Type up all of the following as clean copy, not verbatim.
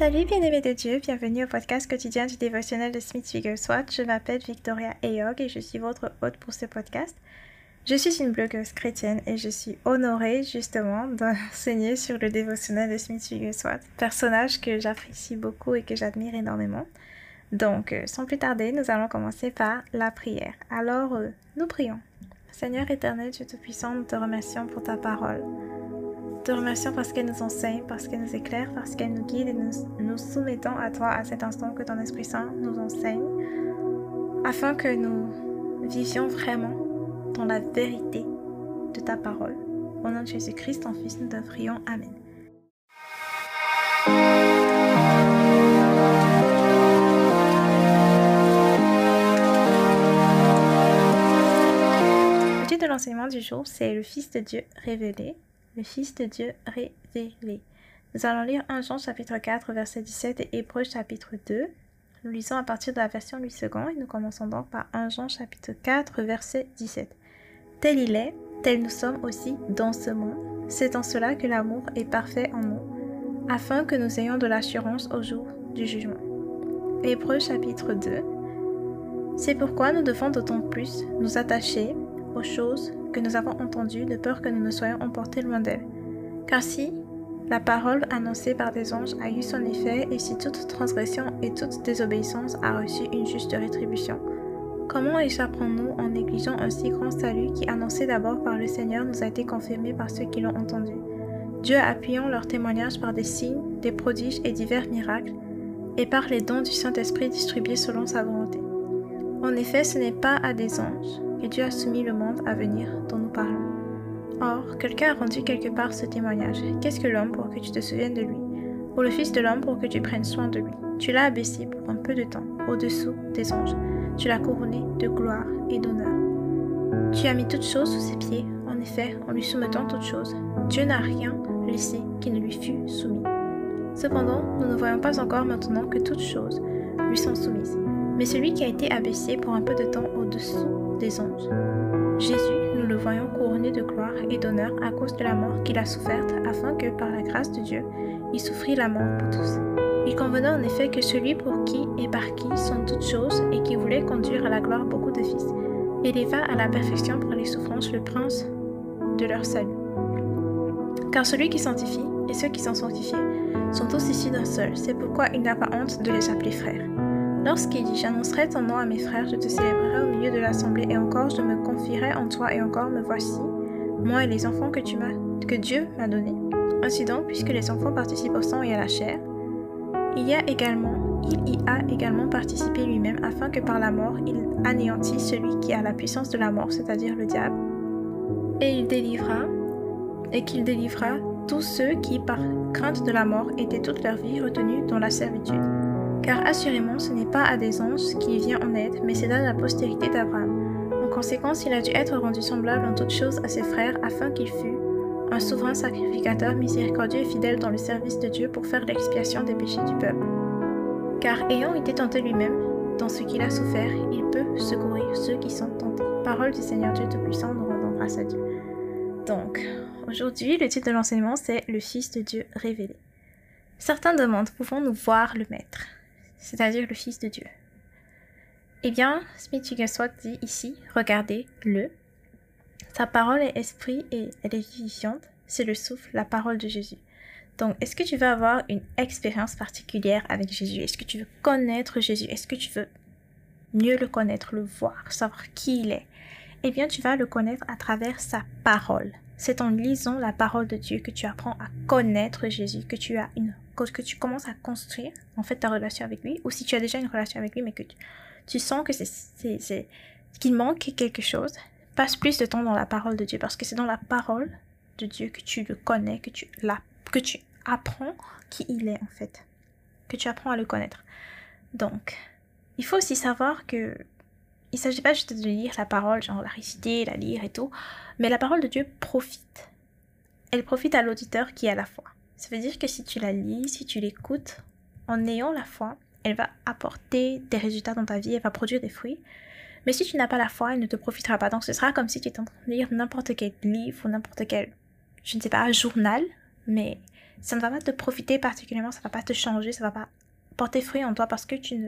Salut bien-aimés de Dieu, bienvenue au podcast quotidien du dévotionnel de Smith Wigglesworth. Je m'appelle Victoria Ayog et je suis votre hôte pour ce podcast. Je suis une blogueuse chrétienne et je suis honorée justement d'enseigner sur le dévotionnel de Smith Wigglesworth, personnage que j'apprécie beaucoup et que j'admire énormément. Donc, sans plus tarder, nous allons commencer par la prière. Alors, nous prions. Seigneur éternel, Dieu Tout-Puissant, nous te remercions pour ta parole. Nous te remercions parce qu'elle nous enseigne, parce qu'elle nous éclaire, parce qu'elle nous guide et nous soumettons à toi à cet instant que ton Esprit Saint nous enseigne, afin que nous vivions vraiment dans la vérité de ta parole. Au nom de Jésus-Christ, ton Fils, nous te prions. Amen. Le titre de l'enseignement du jour, c'est le Fils de Dieu révélé. Le Fils de Dieu révélé. Nous allons lire 1 Jean chapitre 4 verset 17 et Hébreux chapitre 2. Nous lisons à partir de la version 8 secondes et nous commençons donc par 1 Jean chapitre 4 verset 17. Tel il est, tel nous sommes aussi dans ce monde. C'est en cela que l'amour est parfait en nous, afin que nous ayons de l'assurance au jour du jugement. Hébreux chapitre 2. C'est pourquoi nous devons d'autant plus nous attacher aux choses que nous avons entendues, de peur que nous ne soyons emportés loin d'elles. Car si la parole annoncée par des anges a eu son effet, et si toute transgression et toute désobéissance a reçu une juste rétribution, comment échapperons-nous en négligeant un si grand salut qui, annoncé d'abord par le Seigneur, nous a été confirmé par ceux qui l'ont entendu? Dieu appuyant leur témoignage par des signes, des prodiges et divers miracles, et par les dons du Saint-Esprit distribués selon sa volonté. En effet, ce n'est pas à des anges que Dieu a soumis le monde à venir dont nous parlons. Or, quelqu'un a rendu quelque part ce témoignage. Qu'est-ce que l'homme pour que tu te souviennes de lui? Ou le Fils de l'homme pour que tu prennes soin de lui? Tu l'as abaissé pour un peu de temps, au-dessous des anges. Tu l'as couronné de gloire et d'honneur. Tu as mis toutes choses sous ses pieds. En effet, en lui soumettant toutes choses, Dieu n'a rien laissé qui ne lui fût soumis. Cependant, nous ne voyons pas encore maintenant que toutes choses lui sont soumises. Mais celui qui a été abaissé pour un peu de temps au-dessous des anges, Jésus, nous le voyons couronné de gloire et d'honneur à cause de la mort qu'il a soufferte, afin que, par la grâce de Dieu, il souffrit la mort pour tous. Il convenait en effet que celui pour qui et par qui sont toutes choses, et qui voulait conduire à la gloire beaucoup de fils, éleva à la perfection par les souffrances le prince de leur salut. Car celui qui sanctifie et ceux qui sont sanctifiés sont tous issus d'un seul, c'est pourquoi il n'a pas honte de les appeler frères. Lorsqu'il dit « J'annoncerai ton nom à mes frères, je te célébrerai au milieu de l'assemblée, et encore je me confierai en toi, et encore me voici, moi et les enfants que Dieu m'a donnés. Ainsi donc, puisque les enfants participent au sang et à la chair, il y a également participé lui-même, afin que par la mort, il anéantisse celui qui a la puissance de la mort, c'est-à-dire le diable, et qu'il délivra tous ceux qui, par crainte de la mort, étaient toute leur vie retenus dans la servitude. Car assurément, ce n'est pas à des anges qu'il vient en aide, mais c'est à la postérité d'Abraham. En conséquence, il a dû être rendu semblable en toutes choses à ses frères, afin qu'il fût un souverain sacrificateur miséricordieux et fidèle dans le service de Dieu pour faire l'expiation des péchés du peuple. Car ayant été tenté lui-même, dans ce qu'il a souffert, il peut secourir ceux qui sont tentés. Parole du Seigneur Dieu Tout-Puissant, nous rendons grâce à Dieu. Donc, aujourd'hui, le titre de l'enseignement, c'est « Le Fils de Dieu révélé ». Certains demandent, pouvons-nous voir le Maître, c'est-à-dire le Fils de Dieu? Eh bien, Smith Wigglesworth dit ici, regardez-le. Sa parole est esprit et elle est vivifiante. C'est le souffle, la parole de Jésus. Donc, est-ce que tu veux avoir une expérience particulière avec Jésus? Est-ce que tu veux connaître Jésus? Est-ce que tu veux mieux le connaître, le voir, savoir qui il est? Eh bien, tu vas le connaître à travers sa parole. C'est en lisant la parole de Dieu que tu apprends à connaître Jésus, que tu commences à construire en fait ta relation avec lui, ou si tu as déjà une relation avec lui, mais que tu sens que qu'il manque quelque chose, passe plus de temps dans la parole de Dieu, parce que c'est dans la parole de Dieu que tu le connais, que tu apprends qui il est en fait, que tu apprends à le connaître. Donc, il faut aussi savoir que il ne s'agit pas juste de lire la parole, genre la réciter, la lire et tout, mais la parole de Dieu profite. Elle profite à l'auditeur qui a la foi. Ça veut dire que si tu la lis, si tu l'écoutes, en ayant la foi, elle va apporter des résultats dans ta vie, elle va produire des fruits. Mais si tu n'as pas la foi, elle ne te profitera pas. Donc ce sera comme si tu étais en train de lire n'importe quel livre ou n'importe quel, je ne sais pas, journal, mais ça ne va pas te profiter particulièrement, ça ne va pas te changer, ça ne va pas porter fruit en toi parce que tu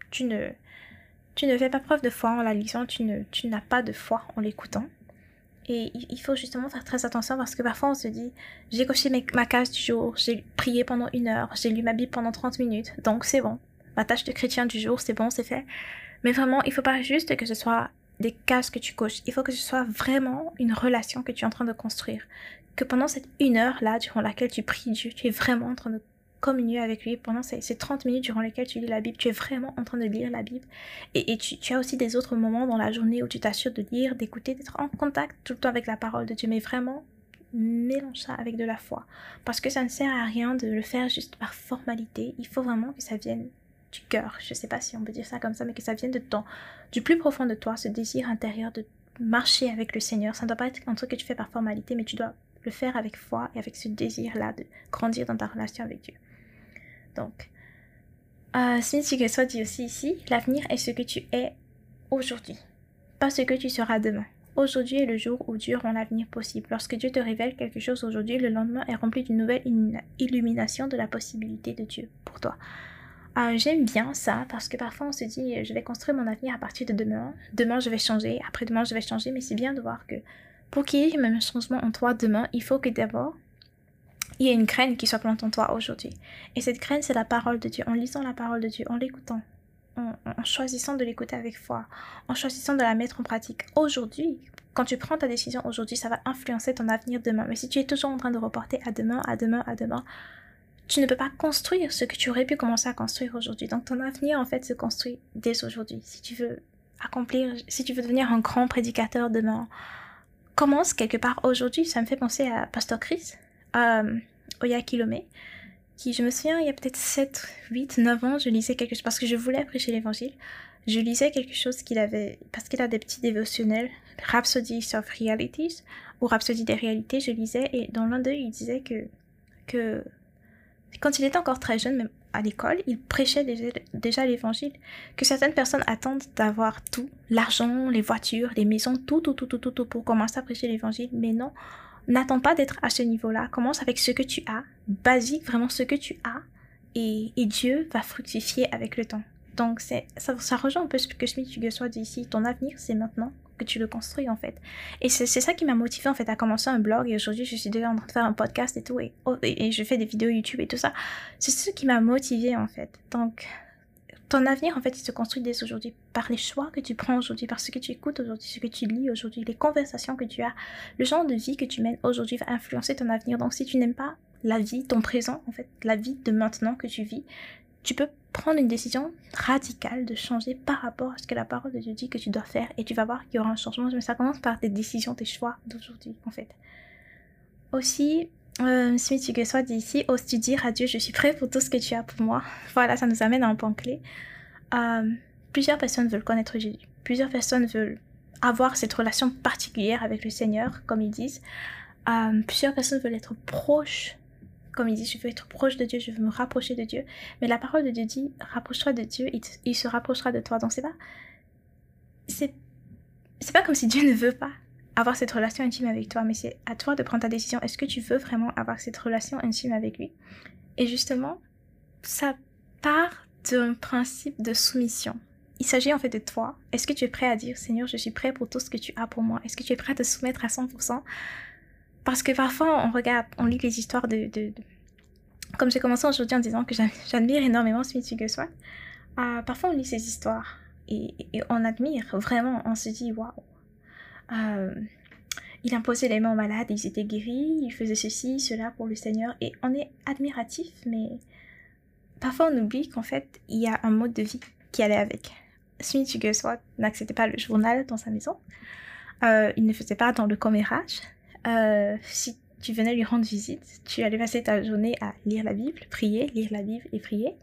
ne fais pas preuve de foi en la lisant, tu n'as pas de foi en l'écoutant. Et il faut justement faire très attention parce que parfois on se dit, j'ai coché ma case du jour, j'ai prié pendant 1 heure, j'ai lu ma Bible pendant 30 minutes, donc c'est bon. Ma tâche de chrétien du jour, c'est bon, c'est fait. Mais vraiment, il ne faut pas juste que ce soit des cases que tu coches. Il faut que ce soit vraiment une relation que tu es en train de construire. Que pendant cette 1 heure-là, durant laquelle tu pries Dieu, tu es vraiment en train de communier avec lui. Pendant ces 30 minutes durant lesquelles tu lis la Bible, tu es vraiment en train de lire la Bible. Et tu as aussi des autres moments dans la journée où tu t'assures de lire, d'écouter, d'être en contact tout le temps avec la parole de Dieu. Mais vraiment, mélange ça avec de la foi. Parce que ça ne sert à rien de le faire juste par formalité. Il faut vraiment que ça vienne du cœur, je sais pas si on peut dire ça comme ça, mais que ça vienne du plus profond de toi, ce désir intérieur de marcher avec le Seigneur. Ça ne doit pas être un truc que tu fais par formalité, mais tu dois le faire avec foi et avec ce désir-là de grandir dans ta relation avec Dieu. Donc, Smith Wigglesworth dit aussi ici, l'avenir est ce que tu es aujourd'hui, pas ce que tu seras demain. Aujourd'hui est le jour où Dieu rend l'avenir possible. Lorsque Dieu te révèle quelque chose aujourd'hui, le lendemain est rempli d'une nouvelle illumination de la possibilité de Dieu pour toi. J'aime bien ça parce que parfois on se dit je vais construire mon avenir à partir de demain. Demain je vais changer, après-demain je vais changer, mais c'est bien de voir que pour qu'il y ait même un changement en toi demain, il faut que d'abord il y ait une graine qui soit plantée en toi aujourd'hui. Et cette graine c'est la parole de Dieu. En lisant la parole de Dieu, en l'écoutant, en choisissant de l'écouter avec foi, en choisissant de la mettre en pratique aujourd'hui. Quand tu prends ta décision aujourd'hui, ça va influencer ton avenir demain. Mais si tu es toujours en train de reporter à demain, tu ne peux pas construire ce que tu aurais pu commencer à construire aujourd'hui. Donc ton avenir en fait se construit dès aujourd'hui. Si tu veux devenir un grand prédicateur demain, commence quelque part aujourd'hui. Ça me fait penser à Pasteur Chris Oyakilome, qui je me souviens il y a peut-être 7, 8, 9 ans, je lisais quelque chose, parce que je voulais prêcher l'évangile, je lisais quelque chose parce qu'il a des petits dévotionnels, Rhapsody of Realities, ou Rhapsody des réalités, je lisais, et dans l'un d'eux, il disait que quand il était encore très jeune, même à l'école, il prêchait déjà l'évangile, que certaines personnes attendent d'avoir tout, l'argent, les voitures, les maisons, tout pour commencer à prêcher l'évangile, mais non, n'attends pas d'être à ce niveau-là, commence avec ce que tu as, basique, vraiment ce que tu as, et Dieu va fructifier avec le temps. Donc ça rejoint un peu ce que Smith Wigglesworth dit ici, ton avenir c'est maintenant que tu le construis en fait. Et c'est ça qui m'a motivée en fait à commencer un blog, et aujourd'hui je suis déjà en train de faire un podcast et tout, et je fais des vidéos YouTube et tout ça. C'est ce qui m'a motivée en fait. Donc ton avenir en fait il se construit dès aujourd'hui par les choix que tu prends aujourd'hui, par ce que tu écoutes aujourd'hui, ce que tu lis aujourd'hui, les conversations que tu as, le genre de vie que tu mènes aujourd'hui va influencer ton avenir. Donc si tu n'aimes pas la vie, ton présent en fait, la vie de maintenant que tu vis, tu peux prendre une décision radicale de changer par rapport à ce que la parole de Dieu dit que tu dois faire, et tu vas voir qu'il y aura un changement. Mais ça commence par tes décisions, tes choix d'aujourd'hui en fait. Aussi, Smith Wigglesworth dit ici, oses-tu dire à Dieu, je suis prêt pour tout ce que tu as pour moi. Voilà, ça nous amène à un point clé. Plusieurs personnes veulent connaître Jésus. Plusieurs personnes veulent avoir cette relation particulière avec le Seigneur, comme ils disent. Plusieurs personnes veulent être proches, comme ils disent, je veux être proche de Dieu, je veux me rapprocher de Dieu. Mais la parole de Dieu dit, rapproche-toi de Dieu, il se rapprochera de toi. Donc c'est pas comme si Dieu ne veut pas avoir cette relation intime avec toi, mais c'est à toi de prendre ta décision. Est-ce que tu veux vraiment avoir cette relation intime avec lui? Et justement, ça part d'un principe de soumission. Il s'agit en fait de toi. Est-ce que tu es prêt à dire, Seigneur, je suis prêt pour tout ce que tu as pour moi? Est-ce que tu es prêt à te soumettre à 100%? Parce que parfois, on lit les histoires comme j'ai commencé aujourd'hui en disant que j'admire énormément Smith Wigglesworth. Parfois, on lit ces histoires et on admire vraiment. On se dit, waouh, il imposait les mains aux malades, ils étaient guéris, il faisait ceci, cela pour le Seigneur. Et on est admiratif, mais parfois on oublie qu'en fait, il y a un mode de vie qui allait avec. Smith Wigglesworth n'acceptait pas le journal dans sa maison. Il ne faisait pas dans le commérage. Si tu venais lui rendre visite, tu allais passer ta journée à lire la Bible, prier, lire la Bible et prier.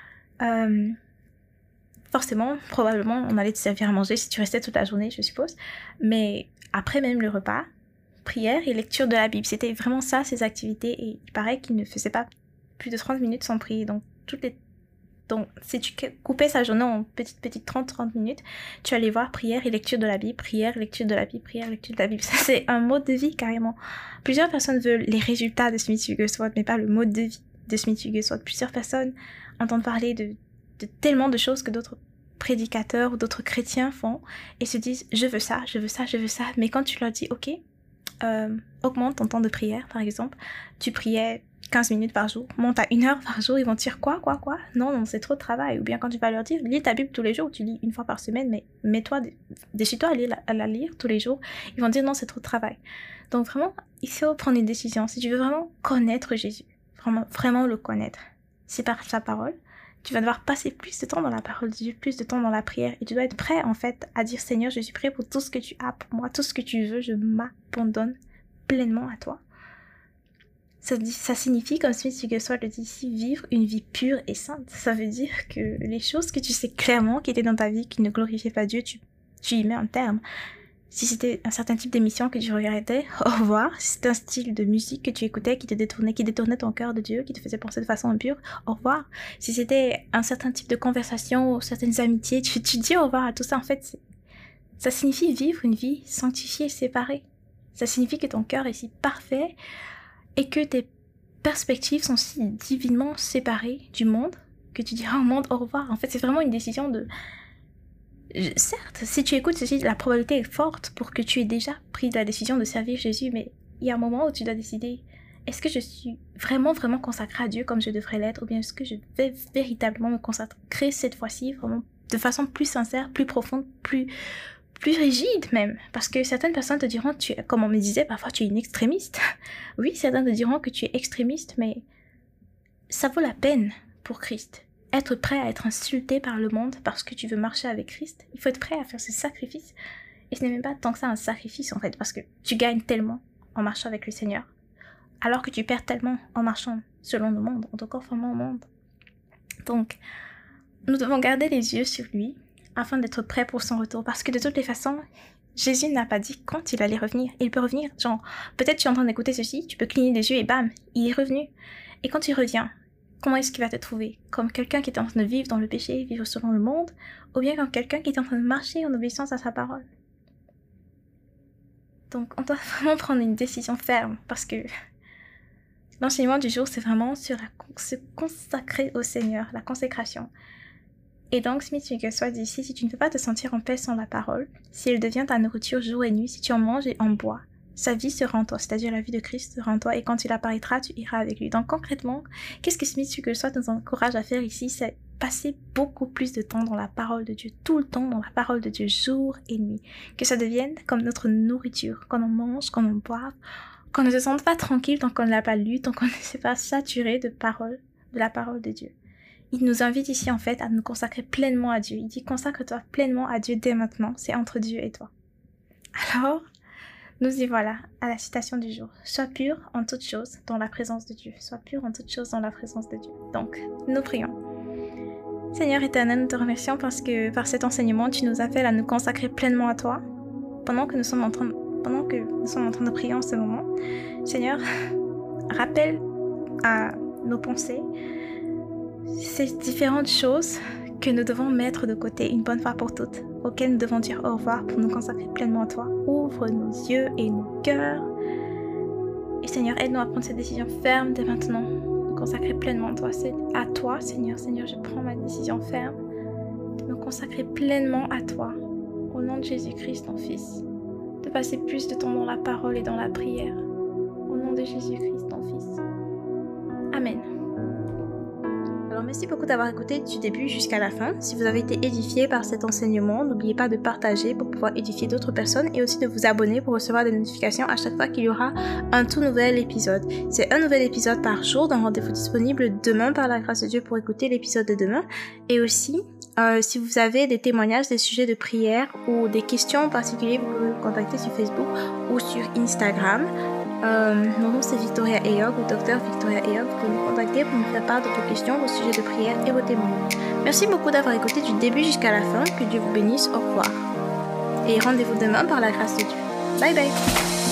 Forcément, probablement, on allait te servir à manger si tu restais toute la journée, je suppose. Mais après même le repas, prière et lecture de la Bible, c'était vraiment ça, ses activités. Et il paraît qu'il ne faisait pas plus de 30 minutes sans prier. Donc, toutes les Donc, si tu coupais sa journée en petites 30 minutes, tu allais voir prière et lecture de la Bible, prière, lecture de la Bible, prière, lecture de la Bible. Ça, c'est un mode de vie, carrément. Plusieurs personnes veulent les résultats de Smith Wigglesworth, mais pas le mode de vie de Smith Wigglesworth. Plusieurs personnes entendent parler de tellement de choses que d'autres prédicateurs ou d'autres chrétiens font et se disent « je veux ça, je veux ça, je veux ça ». Mais quand tu leur dis « ok, augmente ton temps de prière, par exemple, tu priais 15 minutes par jour, monte à 1 heure par jour, ils vont te dire quoi? Non, c'est trop de travail. Ou bien quand tu vas leur dire, lis ta Bible tous les jours, tu lis 1 fois par semaine, mais mets-toi, décide-toi à la lire tous les jours. Ils vont dire non, c'est trop de travail. Donc vraiment, il faut prendre une décision. Si tu veux vraiment connaître Jésus, vraiment le connaître, c'est par sa parole. Tu vas devoir passer plus de temps dans la parole de Dieu, plus de temps dans la prière. Et tu dois être prêt, en fait, à dire, Seigneur, je suis prêt pour tout ce que tu as pour moi, tout ce que tu veux, je m'abandonne pleinement à toi. Ça signifie, comme Smith Wigglesworth le dit ici, vivre une vie pure et sainte. Ça veut dire que les choses que tu sais clairement qui étaient dans ta vie, qui ne glorifiaient pas Dieu, tu y mets un terme. Si c'était un certain type d'émission que tu regardais, au revoir. Si c'était un style de musique que tu écoutais qui détournait ton cœur de Dieu, qui te faisait penser de façon impure, au revoir. Si c'était un certain type de conversation ou certaines amitiés, tu dis au revoir à tout ça. En fait, ça signifie vivre une vie sanctifiée, séparée. Ça signifie que ton cœur est si parfait et que tes perspectives sont si divinement séparées du monde que tu diras au monde au revoir. En fait, c'est vraiment une décision de... Certes, si tu écoutes ceci, la probabilité est forte pour que tu aies déjà pris la décision de servir Jésus, mais il y a un moment où tu dois décider, est-ce que je suis vraiment consacrée à Dieu comme je devrais l'être, ou bien est-ce que je vais véritablement me consacrer cette fois-ci, vraiment de façon plus sincère, plus profonde, plus rigide même, parce que certaines personnes te diront, comme on me disait, parfois tu es une extrémiste. Oui, certains te diront que tu es extrémiste, mais ça vaut la peine pour Christ. Être prêt à être insulté par le monde parce que tu veux marcher avec Christ, il faut être prêt à faire ce sacrifice. Et ce n'est même pas tant que ça un sacrifice en fait, parce que tu gagnes tellement en marchant avec le Seigneur, alors que tu perds tellement en marchant selon le monde, en te conformant au monde. Donc, nous devons garder les yeux sur lui, afin d'être prêt pour son retour. Parce que de toutes les façons, Jésus n'a pas dit quand il allait revenir. Il peut revenir, genre, peut-être tu es en train d'écouter ceci, tu peux cligner des yeux et bam, il est revenu. Et quand il revient, comment est-ce qu'il va te trouver? Comme quelqu'un qui est en train de vivre dans le péché, vivre selon le monde, ou bien comme quelqu'un qui est en train de marcher en obéissance à sa parole? Donc, on doit vraiment prendre une décision ferme, parce que l'enseignement du jour, c'est vraiment sur se consacrer au Seigneur, la consécration. Et donc, Smith Wigglesworth dit ici, si tu ne peux pas te sentir en paix sans la parole, si elle devient ta nourriture jour et nuit, si tu en manges et en bois, sa vie sera en toi, c'est-à-dire la vie de Christ sera en toi, et quand il apparaîtra, tu iras avec lui. Donc concrètement, qu'est-ce que Smith Wigglesworth nous encourage à faire ici? C'est passer beaucoup plus de temps dans la parole de Dieu, tout le temps dans la parole de Dieu, jour et nuit. Que ça devienne comme notre nourriture, quand on mange, quand on boit, qu'on ne se sente pas tranquille tant qu'on ne l'a pas lu, tant qu'on ne s'est pas saturé de la parole de Dieu. Il nous invite ici en fait à nous consacrer pleinement à Dieu. Il dit consacre-toi pleinement à Dieu dès maintenant. C'est entre Dieu et toi. Alors, nous y voilà à la citation du jour. Sois pur en toutes choses dans la présence de Dieu. Sois pur en toutes choses dans la présence de Dieu. Donc, nous prions. Seigneur éternel, nous te remercions parce que par cet enseignement, tu nous appelles à nous consacrer pleinement à toi. Pendant que nous sommes en train de prier en ce moment, Seigneur, rappelle à nos pensées ces différentes choses que nous devons mettre de côté une bonne fois pour toutes, auxquelles nous devons dire au revoir pour nous consacrer pleinement à toi. Ouvre nos yeux et nos cœurs. Et Seigneur, aide-nous à prendre cette décision ferme dès maintenant, nous consacrer pleinement à toi, Seigneur. Seigneur, je prends ma décision ferme de me consacrer pleinement à toi, au nom de Jésus-Christ, ton Fils, de passer plus de temps dans la parole et dans la prière, au nom de Jésus-Christ, ton Fils. Amen. Alors merci beaucoup d'avoir écouté du début jusqu'à la fin. Si vous avez été édifié par cet enseignement, n'oubliez pas de partager pour pouvoir édifier d'autres personnes et aussi de vous abonner pour recevoir des notifications à chaque fois qu'il y aura un tout nouvel épisode. C'est un nouvel épisode par jour, d'un rendez-vous disponible demain par la grâce de Dieu pour écouter l'épisode de demain. Et aussi, si vous avez des témoignages, des sujets de prière ou des questions en particulier, vous pouvez me contacter sur Facebook ou sur Instagram. Mon nom c'est Victoria Eyog ou Dr Victoria Eyog. Vous pouvez me contacter pour me faire part de vos questions, vos sujets de prière et vos témoignages. Merci beaucoup d'avoir écouté du début jusqu'à la fin. Que Dieu vous bénisse. Au revoir. Et rendez-vous demain par la grâce de Dieu. Bye bye.